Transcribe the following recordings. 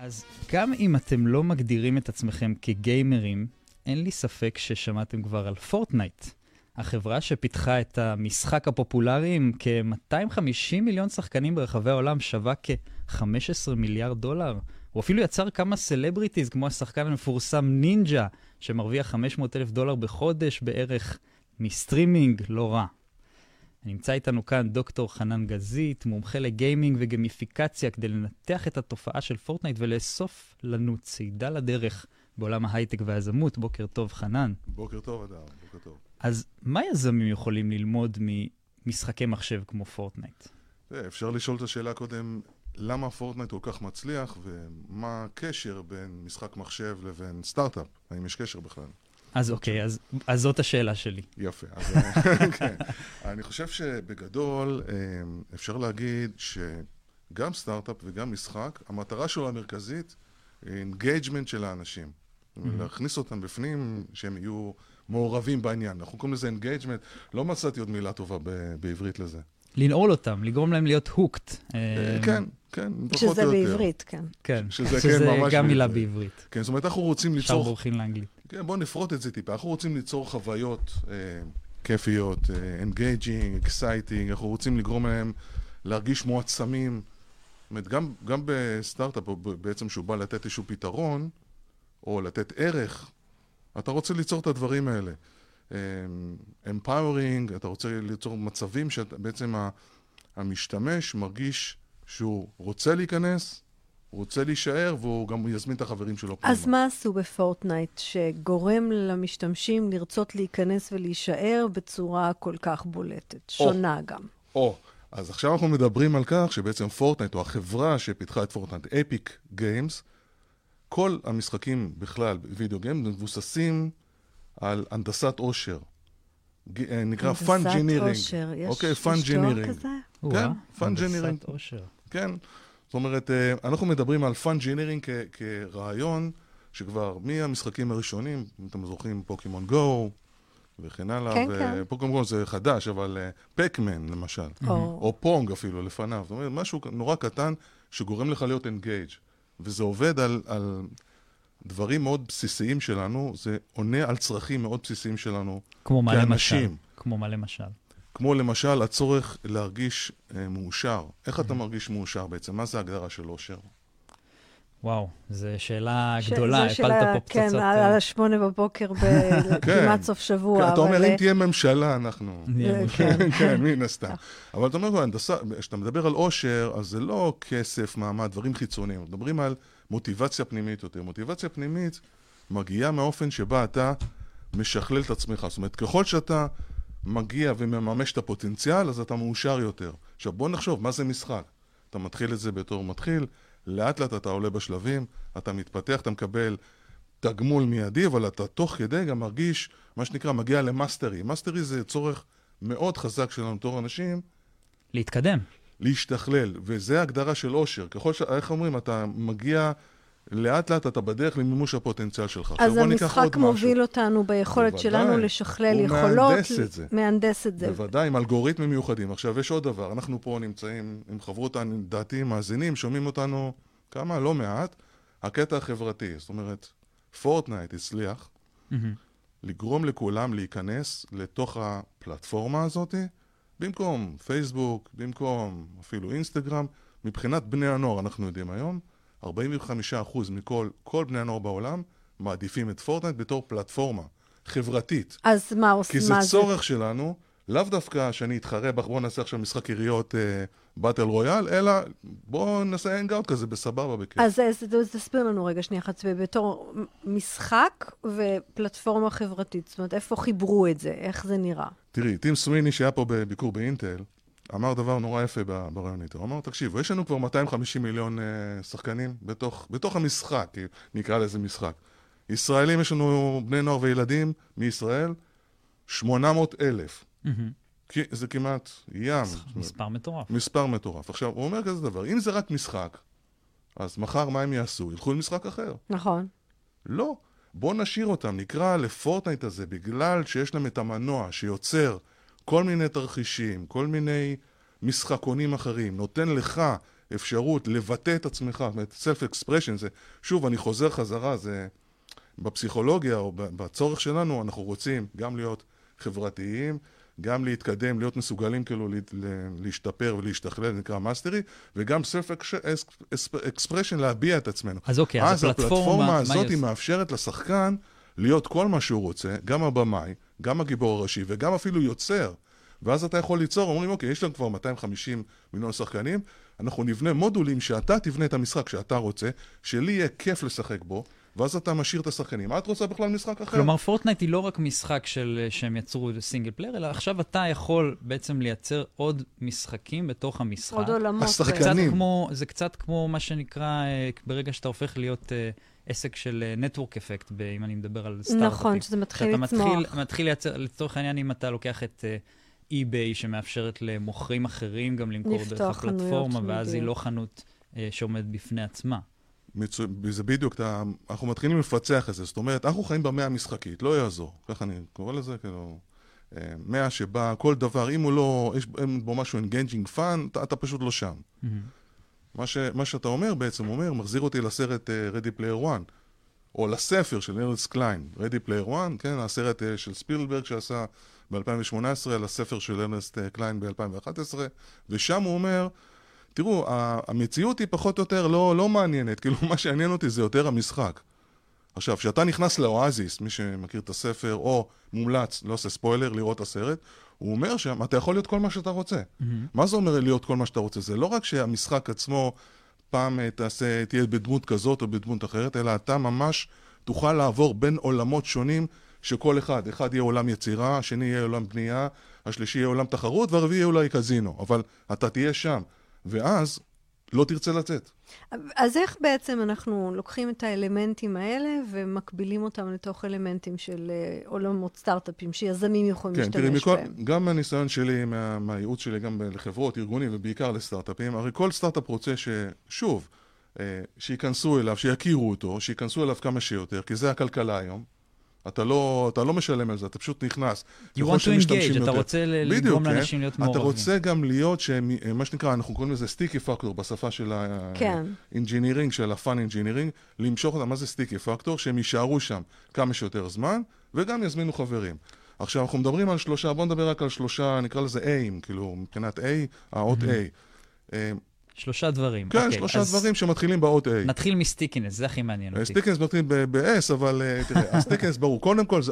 אז גם אם אתם לא מגדירים את עצמכם כגיימרים, אין לי ספק ששמעתם כבר על פורטנייט. החברה שפיתחה את המשחק הפופולרי עם כ-250 מיליון שחקנים ברחבי העולם שווה כ-15 מיליארד דולר. הוא אפילו יצר כמה סלבריטיז כמו השחקן המפורסם נינג'ה, שמרוויח 500,000 דולר בחודש בערך מסטרימינג, לא רע. נמצא איתנו כאן דוקטור חנן גזית, מומחה לגיימינג וגמיפיקציה, כדי לנתח את התופעה של פורטנייט ולאסוף לנו צידה לדרך בעולם ההייטק והיזמות. בוקר טוב, חנן. בוקר טוב, אדם. בוקר טוב. אז מה יזמים יכולים ללמוד ממשחקי מחשב כמו פורטנייט? אפשר לשאול את השאלה קודם, למה פורטנייט כל כך מצליח, ומה הקשר בין משחק מחשב לבין סטארט-אפ? האם יש קשר בכלל? אז אוקיי, אז זאת השאלה שלי. יפה. כן. אני חושב שבגדול אפשר להגיד שגם סטארט-אפ וגם משחק, המטרה שלו המרכזית היא אינגייג'מנט של האנשים. להכניס אותם בפנים, שהם יהיו מעורבים בעניין. אנחנו קוראים לזה אינגייג'מנט. לא מצאתי עוד מילה טובה בעברית לזה. לנעול אותם, לגרום להם להיות הוקט. כן, כן, פחות או יותר. שזה בעברית, כן. כן, שזה גם מילה בעברית. כן, זאת אומרת, אנחנו רוצים ליצור... אפשר בורחים לאנגלית. כן, בואו נפרוט את זה טיפה. אנחנו רוצים ליצור חוויות כיפיות, engaging, exciting, אנחנו רוצים לגרום להם להרגיש מועצמים. זאת אומרת, גם בסטארט-אפ, בעצם שהוא בא לתת איזשהו פתרון, או לתת ערך, אתה רוצה ליצור את הדברים האלה. empowering, אתה רוצה ליצור מצבים שבעצם המשתמש מרגיש שהוא רוצה להיכנס, הוא רוצה להישאר, והוא גם יזמין את החברים שלו. אז מה עשו בפורטנייט שגורם למשתמשים לרצות להיכנס ולהישאר בצורה כל כך בולטת, שונה גם? אז עכשיו אנחנו מדברים על כך שבעצם פורטנייט, או החברה שפיתחה את פורטנייט, אפיק גיימס, כל המשחקים בכלל, וידאו גיימס, מבוססים על הנדסת עושר. נקרא פאנג'ינירינג. הנדסת עושר, יש תואר כזה? כן, פאנג'ינירינג. הנדסת עושר. כן, זאת אומרת, אנחנו מדברים על פאנג'ינירינג כרעיון, שכבר מהמשחקים הראשונים, אתם זוכרים פוקימון גו, וכן הלאה, ופוקימון גו זה חדש, אבל פקמן למשל, או פונג אפילו לפניו, זאת אומרת, משהו נורא קטן שגורם לך להיות אנגייג', וזה עובד על דברים מאוד בסיסיים שלנו, זה עונה על צרכים מאוד בסיסיים שלנו כאנשים. כמו מה למשל? כמו למשל הצורך להרגיש מאושר. איך אתה מרגיש מאושר בעצם? מה זה ההגדרה של אושר? וואו, זו שאלה גדולה, הפלת פה פצצות. כן, על 8 בבוקר בכמעט סוף שבוע. אתה אומר, אם תהיה ממשלה, אנחנו... כן, מן הסתם. אבל אתה אומר, כשאתה מדבר על אושר, אז זה לא כסף, מעמד, דברים חיצוניים. מדברים על מוטיבציה פנימית יותר. מוטיבציה פנימית מגיעה מהאופן שבה אתה משכלל את עצמך. זאת אומרת, ככל שאתה מגיע ומממש את הפוטנציאל, אז אתה מאושר יותר. עכשיו, בוא נחשוב, מה זה משחק? אתה מתחיל את זה בתור מתחיל, לאט לאט אתה עולה בשלבים, אתה מתפתח, אתה מקבל תגמול מיידי, אבל אתה תוך כדי גם מרגיש, מה שנקרא, מגיע למאסטרי. מאסטרי זה צורך מאוד חזק שלנו תור אנשים. להתקדם. להשתכלל, וזה ההגדרה של אושר. ככל איך אומרים, אתה מגיע... לאט לאט אתה בדרך למימוש הפוטנציאל שלך. אז המשחק מוביל אותנו ביכולת שלנו לשכלל יכולות. הוא מהנדס את זה. מהנדס את זה. בוודאי, עם אלגוריתמים מיוחדים. עכשיו, יש עוד דבר. אנחנו פה נמצאים עם חברות דעתיים, מאזינים, שומעים אותנו כמה, לא מעט, הקטע החברתי. זאת אומרת, פורטנייט הצליח לגרום לכולם להיכנס לתוך הפלטפורמה הזאת, במקום פייסבוק, במקום אפילו אינסטגרם, מבחינת בני הנוער, אנחנו יודעים היום, 45% מכל בני הנוער בעולם מעדיפים את פורטנייט בתור פלטפורמה חברתית. אז מה עושים? כי זה צורך שלנו, לאו דווקא שאני אתחרה, בוא נעשה עכשיו משחק יריות באטל רויאל, אלא בוא נעשה הנגאוט כזה בסבבה בכיף. אז תסביר לנו רגע שנייה אחת, בתור משחק ופלטפורמה חברתית, זאת אומרת, איפה חיברו את זה? איך זה נראה? תראי, טים סוויני שהיה פה בביקור באינטל, אמר דבר נורא יפה ברעיונית. הוא אמר, תקשיבו, יש לנו כבר 250 מיליון שחקנים בתוך המשחק, נקרא לזה משחק. ישראלים, יש לנו בני נוער וילדים מישראל, 800,000. זה כמעט ים. מספר מטורף. מספר מטורף. עכשיו, הוא אומר כזה דבר, אם זה רק משחק, אז מחר מה הם יעשו? ילכו למשחק אחר. נכון. לא. בוא נשאיר אותם, נקרא לפורטנייט הזה, בגלל שיש להם את המנוע שיוצר כל מיני תרחישים, כל מיני משחקונים אחרים, נותן לך אפשרות לבטא את עצמך, self-expression, זה, שוב, אני חוזר חזרה, זה בפסיכולוגיה או בצורך שלנו, אנחנו רוצים גם להיות חברתיים, גם להתקדם, להיות מסוגלים כאילו להשתפר ולהשתכלל, נקרא מאסטרי, וגם self-expression להביע את עצמנו. אז אוקיי, אז הפלטפורמה הזאת היא מאפשרת לשחקן להיות כל מה שהוא רוצה, גם הבמאי, גם הגיבור הראשי, וגם אפילו יוצר. ואז אתה יכול ליצור, אומרים, אוקיי, יש לנו כבר 250 מיליון שחקנים, אנחנו נבנה מודולים שאתה תבנה את המשחק שאתה רוצה, שלי יהיה כיף לשחק בו, ואז אתה משאיר את השחקנים. מה את רוצה בכלל משחק אחר? כלומר, פורטנייט היא לא רק משחק שהם יצרו סינגל פלייר, אלא עכשיו אתה יכול בעצם לייצר עוד משחקים בתוך המשחק. עוד עולמות. השחקנים. זה קצת כמו מה שנקרא, ברגע שאתה הופך להיות עסק של נטוורק אפקט, אם אני מדבר על סטארט-אפים. נכון, שזה מתחיל לצמוח. אתה מתחיל לייצר, לצורך העניין, אם אתה לוקח את eBay, שמאפשרת למוכרים אחרים גם למכור דרך הפלטפורמה, ואז היא לא חנות שעומדת בפני עצמה. זה בדיוק, אנחנו מתחילים לפצח את זה, זאת אומרת, אנחנו חיים במאה המשחקית, לא יעזור, ככה אני קורא לזה, כאילו, מאה שבה כל דבר, אם הוא לא, יש בו משהו engaging fun, אתה פשוט לא שם. מה שאתה אומר בעצם, מחזיר אותי לסרט Ready Player One, או לספר של ארנסט קליין, Ready Player One, כן, הסרט של ספילברג שעשה ב-2018, על הספר של ארנסט קליין ב-2011, ושם הוא אומר, תראו, המציאות היא פחות או יותר לא מעניינת, כאילו מה שעניין אותי זה יותר המשחק. עכשיו, כשאתה נכנס לאואזיס, מי שמכיר את הספר, או מומלץ, לא עושה ספוילר, לראות הסרט, הוא אומר שם, אתה יכול להיות כל מה שאתה רוצה. מה זה אומר להיות כל מה שאתה רוצה? זה לא רק שהמשחק עצמו פעם תהיה בדמות כזאת או בדמות אחרת, אלא אתה ממש תוכל לעבור בין עולמות שונים, שכל אחד יהיה עולם יצירה, השני יהיה עולם בנייה, השלישי יהיה עולם תחרות, והרביעי יהיה אולי קזינו. אבל אתה תהיה שם. ואז לא תרצה לצאת. אז איך בעצם אנחנו לוקחים את האלמנטים האלה ומקבילים אותם לתוך אלמנטים של עולמות סטארט-אפים שיזמים יכולים להשתמש בהם? גם מהניסיון שלי, מהייעוץ שלי, גם לחברות, ארגונים ובעיקר לסטארט-אפים, הרי כל סטארט-אפ רוצה ששוב, שיכנסו אליו, שיכירו אותו, שיכנסו אליו כמה שיותר, כי זה הכלכלה היום. אתה לא משלם על זה, אתה פשוט נכנס. You want to engage, אתה רוצה לגרום לאנשים להיות מעורבים. אתה רוצה גם להיות, מה שנקרא, אנחנו קוראים לזה סטיקי פקטור, בשפה של ה-engineering, של ה-fun engineering, למשוך אותם, מה זה סטיקי פקטור? שהם יישארו שם כמה שיותר זמן, וגם יזמינו חברים. עכשיו, אנחנו מדברים על שלושה, בואו נדבר רק על שלושה, נקרא לזה A'ים, כאילו, מבחינת A, האות A. שלושה דברים. כן, שלושה דברים שמתחילים באות A. נתחיל מסטיקינס, זה הכי מעניין אותי. סטיקינס מתחיל ב-S, אבל תראה, הסטיקינס ברור. קודם כל,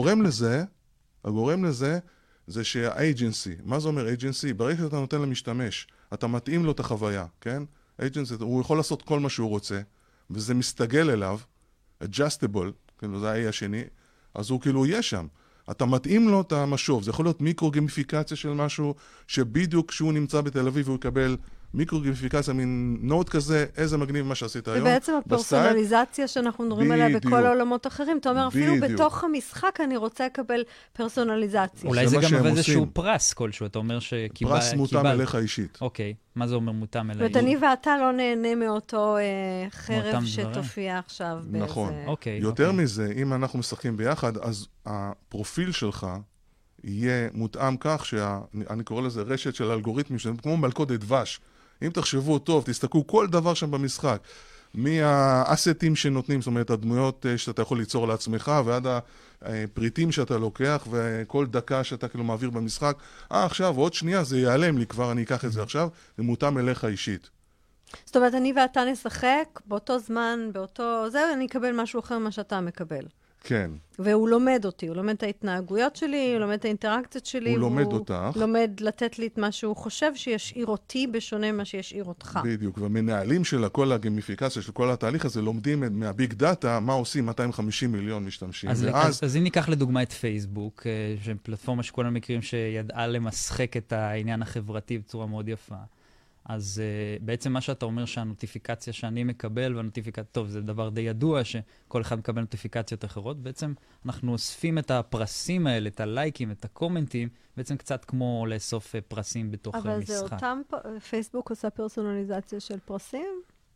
הגורם לזה, זה שהאג'נסי, מה זה אומר אג'נסי? ברגע שאתה נותן למשתמש, אתה מתאים לו את החוויה, כן? אג'נסי, הוא יכול לעשות כל מה שהוא רוצה, וזה מסתגל אליו, adjustable, כאילו זה ה-A השני, אז הוא כאילו יהיה שם. אתה מתאים לו את המשוב, זה יכול להיות מיקרו-גימיפיקציה של משהו, שבדיוק כשהוא נמצא בתל אביב, הוא יקבל מיקרו-גימיפיקציה, מין נוט כזה, איזה מגניב מה שעשית היום. ובעצם הפרסונליזציה שאנחנו מדברים עליה בכל העולמות אחרים, אתה אומר, אפילו בתוך המשחק אני רוצה לקבל פרסונליזציה. אולי זה גם איזשהו פרס כלשהו, אתה אומר שקיבלת. פרס מותאם אליך אישית. אוקיי, מה זה אומר מותאם אליי? זאת אומרת, אני ואתה לא נהנה מאותו חרב שתופיע עכשיו. נכון. יותר מזה, אם אנחנו משחקים ביחד, אז הפרופיל שלך יהיה מותאם כך שאני קורא לזה רשת של אלגוריתמים, שזה כמו מלכודת דבש. אם תחשבו טוב, תסתכלו כל דבר שם במשחק, מהאסטים שנותנים, זאת אומרת, הדמויות שאתה יכול ליצור לעצמך, ועד הפריטים שאתה לוקח, וכל דקה שאתה כאילו מעביר במשחק, עכשיו, עוד שנייה, זה ייעלם לי כבר, אני אקח את זה עכשיו, זה מותאם אליך אישית. זאת אומרת, אני ואתה נשחק, באותו זמן, אני אקבל משהו אחר ממה שאתה מקבל. כן. והוא לומד אותי, הוא לומד את ההתנהגויות שלי, הוא לומד את האינטראקציות שלי. הוא לומד אותך. הוא לומד לתת לי את מה שהוא חושב שישאיר אותי בשונה ממה שישאיר אותך. בדיוק, והמנהלים של כל הגימיפיקציה, של כל התהליך הזה, לומדים מהביג דאטה, מה עושים 250 מיליון משתמשים. אז אם ניקח לדוגמה את פייסבוק, פלטפורמה שכולם מכירים שידעה למשחק את העניין החברתי בצורה מאוד יפה. אז בעצם מה שאתה אומר שהנוטיפיקציה שאני מקבל, טוב, זה דבר די ידוע שכל אחד מקבל נוטיפיקציות אחרות, בעצם אנחנו אוספים את הפרסים האלה, את הלייקים, את הקומנטים, בעצם קצת כמו לאסוף פרסים בתוך משחק. אבל זה אותם, פייסבוק עושה פרסונליזציה של פרסים?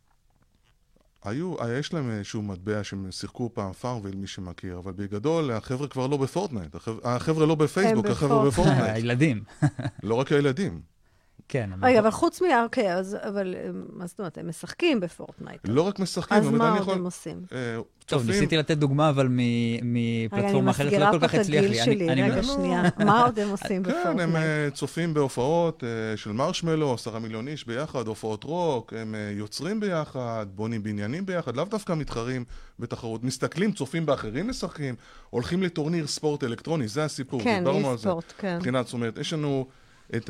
יש להם איזשהו מטבע שהם שיחקו פעם פארוול, מי שמכיר, אבל בגדול החבר'ה כבר לא בפורטנייט, החבר'ה לא בפייסבוק, החבר'ה בפורטנייט. הילדים. לא רק הילדים. כן. רגע, אבל חוץ אוקיי, אבל מה זאת אומרת, הם משחקים בפורטנייט. לא רק משחקים. אז מה עוד הם עושים? טוב, ניסיתי לתת דוגמה, אבל מפלטפורמה אחרת לא כל כך הצליח לי. רגע, אני מסגירה פה את הגיל שלי, רגע, שנייה. מה עוד הם עושים בפורטנייט? כן, הם צופים בהופעות של מרשמלו, 10 מיליון איש ביחד, הופעות רוק, הם יוצרים ביחד, בונים בניינים ביחד, לאו דווקא מתחרים בתחרות, מסתכלים, צופים באחרים משחקים, הולכים לטורניר ספורט אלקטרוני, זה הסיפור, דיברנו על זה. כן, מבחינת, זאת אומרת, יש לנו את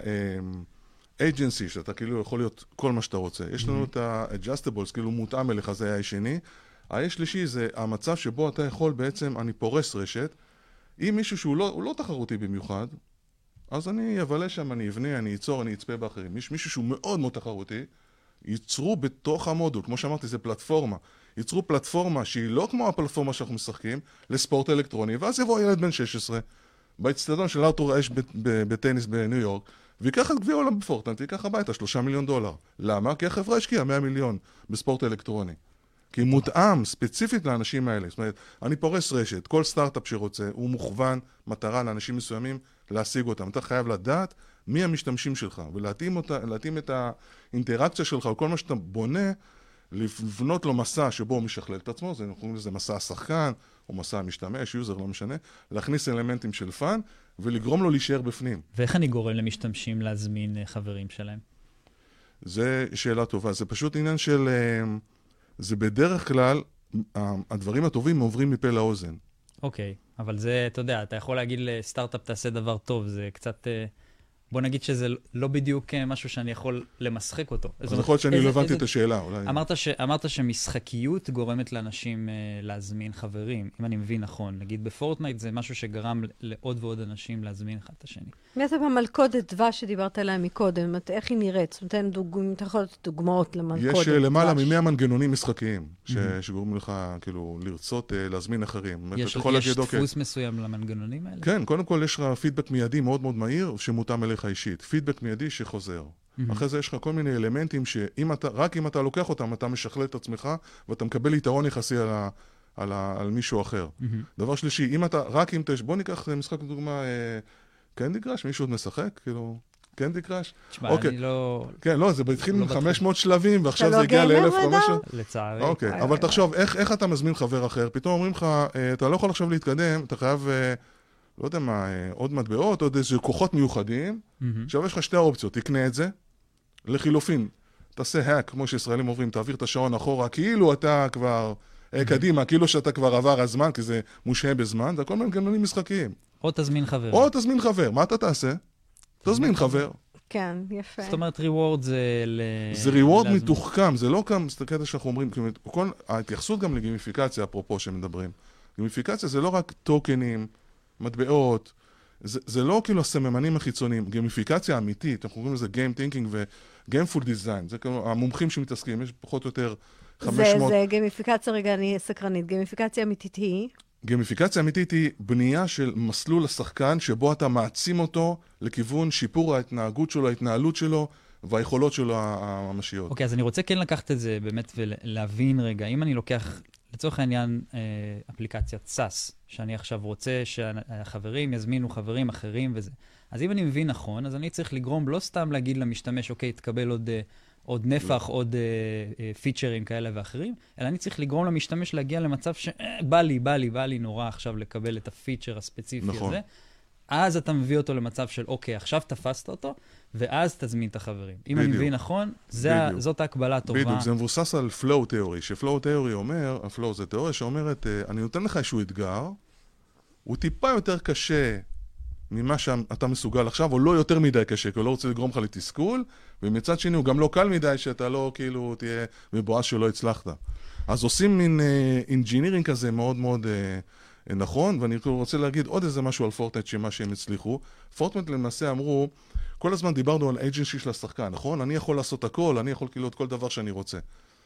ה-agency, שאתה כאילו יכול להיות כל מה שאתה רוצה. יש לנו את ה-adjustables, כאילו מותאם אליך, זה היה שני. השלישי זה המצב שבו אתה יכול בעצם, אני פורס רשת, אם מישהו שהוא לא תחרותי במיוחד, אז אני אבלה שם, אני אבנה, אני אצור, אני אצפה באחרים. יש מישהו שהוא מאוד מאוד תחרותי, ייצרו בתוך המודול, כמו שאמרתי, זה פלטפורמה. ייצרו פלטפורמה שהיא לא כמו הפלטפורמה שאנחנו משחקים, לספורט אלקטרוני, ואז יבוא ילד בן 16, באצטדיון של ארתור אש בטניס בניו יורק, ויקח את גביע העולם בפורטנייט, ויקח הביתה $3 מיליון. למה? כי החברה השקיעה 100 מיליון בספורט אלקטרוני. כי מותאם ספציפית לאנשים האלה. זאת אומרת, אני פורס רשת, כל סטארט-אפ שרוצה, הוא מוכוון מטרה לאנשים מסוימים להשיג אותם. אתה חייב לדעת מי המשתמשים שלך, ולהתאים את האינטראקציה שלך, וכל מה שאתה בונה, לבנות לו מסע שבו הוא משכלל את עצמו, זה קוראים לזה מסע השחקן, או מסע המשתמש, יוזר, לא משנה, להכניס אלמנטים של פאן, ולגרום לו להישאר בפנים. ואיך אני גורם למשתמשים להזמין חברים שלהם? זה שאלה טובה. זה פשוט עניין של... זה בדרך כלל, הדברים הטובים עוברים מפה לאוזן. אוקיי, אבל זה, אתה יודע, אתה יכול להגיד לסטארט-אפ תעשה דבר טוב, זה קצת... בוא נגיד שזה לא בדיוק משהו שאני יכול למשחק אותו. אז יכול להיות שאני לא הבנתי את השאלה, אולי. אמרת שמשחקיות גורמת לאנשים להזמין חברים, אם אני מבין נכון. נגיד בפורטנייט זה משהו שגרם לעוד ועוד אנשים להזמין אחד את השני. בעצם המלכודת דבש שדיברת עליה מקודם, איך היא נראית? אתה יכול לתת דוגמאות למלכודת דבש. יש למעלה מ100 מנגנונים משחקיים, שגורמים לך כאילו לרצות להזמין אחרים. יש דפוס מסוים למנגנונים האלה? כן, קודם כל יש לך פידבק מיידי מאוד מאוד מהיר, שמותאם אליך אישית. פידבק מיידי שחוזר. אחרי זה יש לך כל מיני אלמנטים שרק אם אתה לוקח אותם, אתה משכלל את עצמך, ואתה מקבל יתרון יחסי על מישהו אחר. דבר שלישי, בוא ניקח משחק לדוגמה, קנדי קראש, מישהו עוד משחק? כאילו, קנדי קראש? תשמע, אני לא... כן, לא, זה התחיל עם 500 שלבים, ועכשיו זה הגיע ל-1500. לצערי. אוקיי, אבל תחשוב, איך אתה מזמין חבר אחר? פתאום אומרים לך, אתה לא יכול עכשיו להתקדם, אתה חייב... לא יודע מה, עוד מטבעות, עוד איזה כוחות מיוחדים. עכשיו יש לך שתי האופציות, תקנה את זה, לחילופין, תעשה hack, כמו שישראלים עוברים, תעביר את השעון אחורה, כאילו אתה כבר קדימה, כאילו שאתה כבר עבר הזמן, כי זה מושהה בזמן, זה הכל מנגנונים משחקיים. או תזמין חבר. מה אתה תעשה? תזמין חבר. כן, יפה. זאת אומרת, ריוורד זה... זה ריוורד מתוחכם, זה לא כאן, סתכלת שאנחנו אומרים, ההתייחסות גם לגימיפיקציה, אפרופו שמדברים. גימיפיקציה זה לא רק טוקנים, מטבעות, זה לא כאילו הסממנים החיצוניים, גיימיפיקציה אמיתית, אנחנו קוראים לזה Game Thinking ו-Gameful Design, זה כאילו המומחים שמתעסקים, יש פחות או יותר 500... זה גיימיפיקציה, רגע, אני סקרנית, גיימיפיקציה אמיתית היא? גיימיפיקציה אמיתית היא בנייה של מסלול לשחקן, שבו אתה מעצים אותו לכיוון שיפור ההתנהגות שלו, ההתנהלות שלו, והיכולות שלו הממשיות. אוקיי, אז אני רוצה כן לקחת את זה באמת ולהבין רגע, אם אני לוקח... לצורך העניין, אפליקציית SAS, שאני עכשיו רוצה שהחברים יזמינו חברים אחרים וזה. אז אם אני מבין נכון, אז אני צריך לגרום לא סתם להגיד למשתמש, אוקיי, תקבל עוד נפח, עוד פיצ'רים כאלה ואחרים, אלא אני צריך לגרום למשתמש להגיע למצב שבא לי נורא עכשיו לקבל את הפיצ'ר הספציפי הזה. אז אתה מביא אותו למצב של, אוקיי, עכשיו תפסת אותו, ואז תזמין את החברים. אם אני מבין נכון, זאת ההקבלה הטובה. בדיוק, זה מבוסס על flow theory, ש-flow theory אומר, ה-flow זה תיאוריה שאומרת, אני נותן לך איזשהו אתגר, הוא טיפה יותר קשה ממה שאתה מסוגל עכשיו, או לא יותר מדי קשה, כי הוא לא רוצה לגרום לך לתסכול, ומצד שני הוא גם לא קל מדי, שאתה לא כאילו תהיה מבואס שלא הצלחת. אז עושים מין engineering כזה מאוד מאוד... נכון, ואני רוצה להגיד עוד איזה משהו על פורטנייט שמה שהם הצליחו. פורטנייט למעשה אמרו, כל הזמן דיברנו על agency של השחקן, נכון? אני יכול לעשות הכל, אני יכול כאילו את כל דבר שאני רוצה.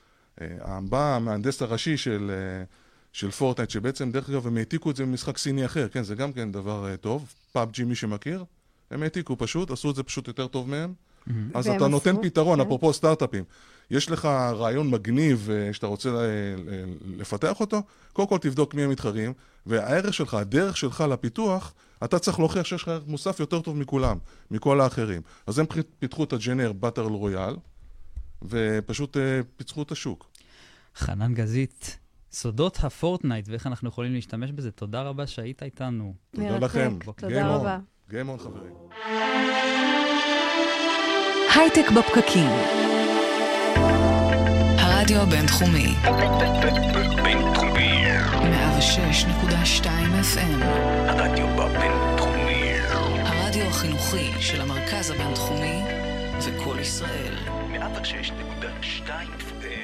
בא המהנדס הראשי של פורטנייט, שבעצם דרך אגב הם העתיקו את זה במשחק סיני אחר, כן, זה גם כן דבר טוב, PUBG מי שמכיר, הם העתיקו פשוט, עשו את זה פשוט יותר טוב מהם, אז אתה נותן פתרון, אפרופו סטארט-אפים. יש לך רעיון מגניב שאתה רוצה לפתח אותו, קודם כל תבדוק מי המתחרים, והערך שלך, הדרך שלך לפיתוח, אתה צריך להוכיח שיש לך ערך מוסף יותר טוב מכולם, מכל האחרים. אז הם פיתחו את הג'נר באטל רויאל, ופשוט פיצחו את השוק. חנן גזית, סודות הפורטנייט, ואיך אנחנו יכולים להשתמש בזה. תודה רבה שהיית איתנו. תודה לכם. תודה רבה. גיימון, חברים. הייטק בפקקים. הרדיו הבינתחומי. בינתחומי. 106.2 FM. הרדיו הבינתחומי. הרדיו החינוכי של המרכז הבינתחומי וכל ישראל. 106.2 FM.